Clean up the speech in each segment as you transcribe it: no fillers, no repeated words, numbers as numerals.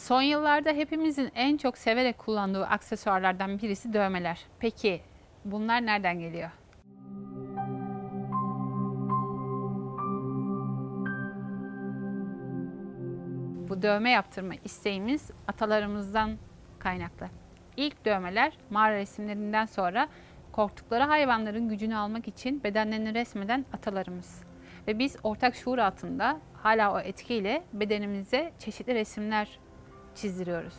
Son yıllarda hepimizin en çok severek kullandığı aksesuarlardan birisi dövmeler. Peki bunlar nereden geliyor? Bu dövme yaptırma isteğimiz atalarımızdan kaynaklı. İlk dövmeler mağara resimlerinden sonra korktukları hayvanların gücünü almak için bedenlerini resmeden atalarımız. Ve biz ortak şuur altında hala o etkiyle bedenimize çeşitli resimler çizdiriyoruz.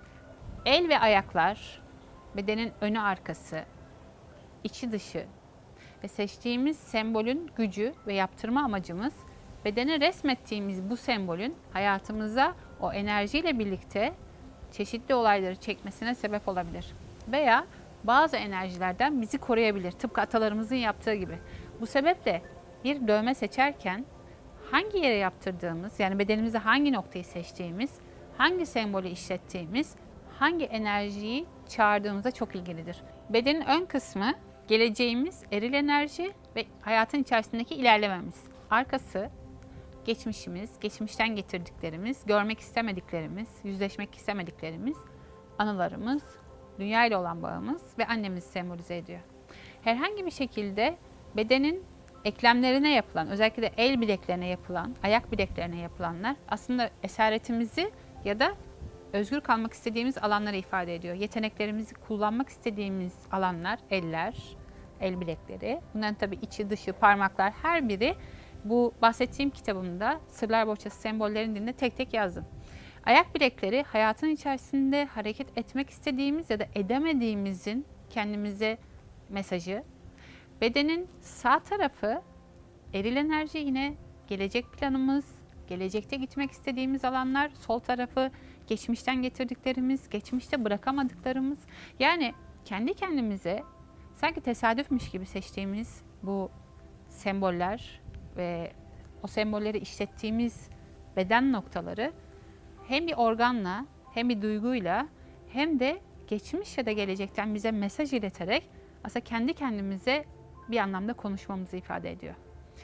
El ve ayaklar, bedenin önü arkası, içi dışı ve seçtiğimiz sembolün gücü ve yaptırma amacımız bedene resmettiğimiz bu sembolün hayatımıza o enerjiyle birlikte çeşitli olayları çekmesine sebep olabilir. Veya bazı enerjilerden bizi koruyabilir. Tıpkı atalarımızın yaptığı gibi. Bu sebeple bir dövme seçerken hangi yere yaptırdığımız, yani bedenimize hangi noktayı seçtiğimiz, hangi sembolü işlettiğimiz, hangi enerjiyi çağırdığımızda çok ilgilidir. Bedenin ön kısmı geleceğimiz eril enerji ve hayatın içerisindeki ilerlememiz. Arkası geçmişimiz, geçmişten getirdiklerimiz, görmek istemediklerimiz, yüzleşmek istemediklerimiz, anılarımız, dünya ile olan bağımız ve annemizi sembolize ediyor. Herhangi bir şekilde bedenin eklemlerine yapılan, özellikle de el bileklerine yapılan, ayak bileklerine yapılanlar aslında esaretimizi ya da özgür kalmak istediğimiz alanları ifade ediyor. Yeteneklerimizi kullanmak istediğimiz alanlar, eller, el bilekleri. Bunların tabii içi, dışı, parmaklar, her biri bu bahsettiğim kitabımda Sırlar Bohçası Sembollerin dilinde tek tek yazdım. Ayak bilekleri hayatın içerisinde hareket etmek istediğimiz ya da edemediğimizin kendimize mesajı. Bedenin sağ tarafı eril enerji, yine gelecek planımız, gelecekte gitmek istediğimiz alanlar. Sol tarafı geçmişten getirdiklerimiz, geçmişte bırakamadıklarımız. Yani kendi kendimize sanki tesadüfmüş gibi seçtiğimiz bu semboller ve o sembolleri işlettiğimiz beden noktaları hem bir organla, hem bir duyguyla, hem de geçmiş ya da gelecekten bize mesaj ileterek aslında kendi kendimize bir anlamda konuşmamızı ifade ediyor.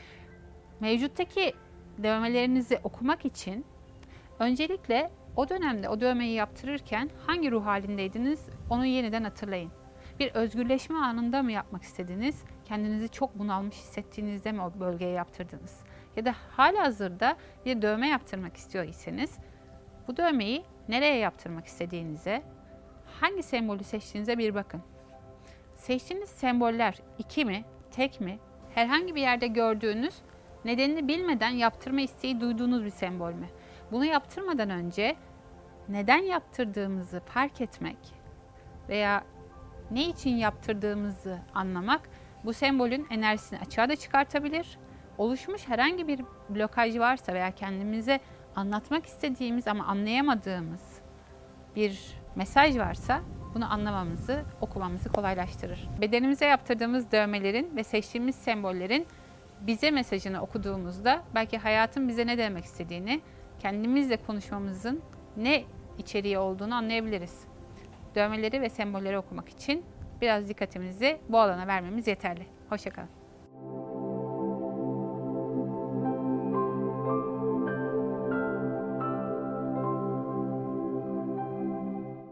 Mevcuttaki dövmelerinizi okumak için öncelikle o dönemde o dövmeyi yaptırırken hangi ruh halindeydiniz onu yeniden hatırlayın. Bir özgürleşme anında mı yapmak istediniz? Kendinizi çok bunalmış hissettiğinizde mi o bölgeye yaptırdınız? Ya da halihazırda bir dövme yaptırmak istiyor iseniz bu dövmeyi nereye yaptırmak istediğinize, hangi sembolü seçtiğinize bir bakın. Seçtiğiniz semboller iki mi, tek mi, herhangi bir yerde gördüğünüz, nedenini bilmeden yaptırma isteği duyduğunuz bir sembol mü? Bunu yaptırmadan önce neden yaptırdığımızı fark etmek veya ne için yaptırdığımızı anlamak bu sembolün enerjisini açığa da çıkartabilir. Oluşmuş herhangi bir blokaj varsa veya kendimize anlatmak istediğimiz ama anlayamadığımız bir mesaj varsa bunu anlamamızı, okumamızı kolaylaştırır. Bedenimize yaptırdığımız dövmelerin ve seçtiğimiz sembollerin bize mesajını okuduğumuzda belki hayatın bize ne demek istediğini, kendimizle konuşmamızın ne içeriği olduğunu anlayabiliriz. Dövmeleri ve sembolleri okumak için biraz dikkatimizi bu alana vermemiz yeterli. Hoşça kalın.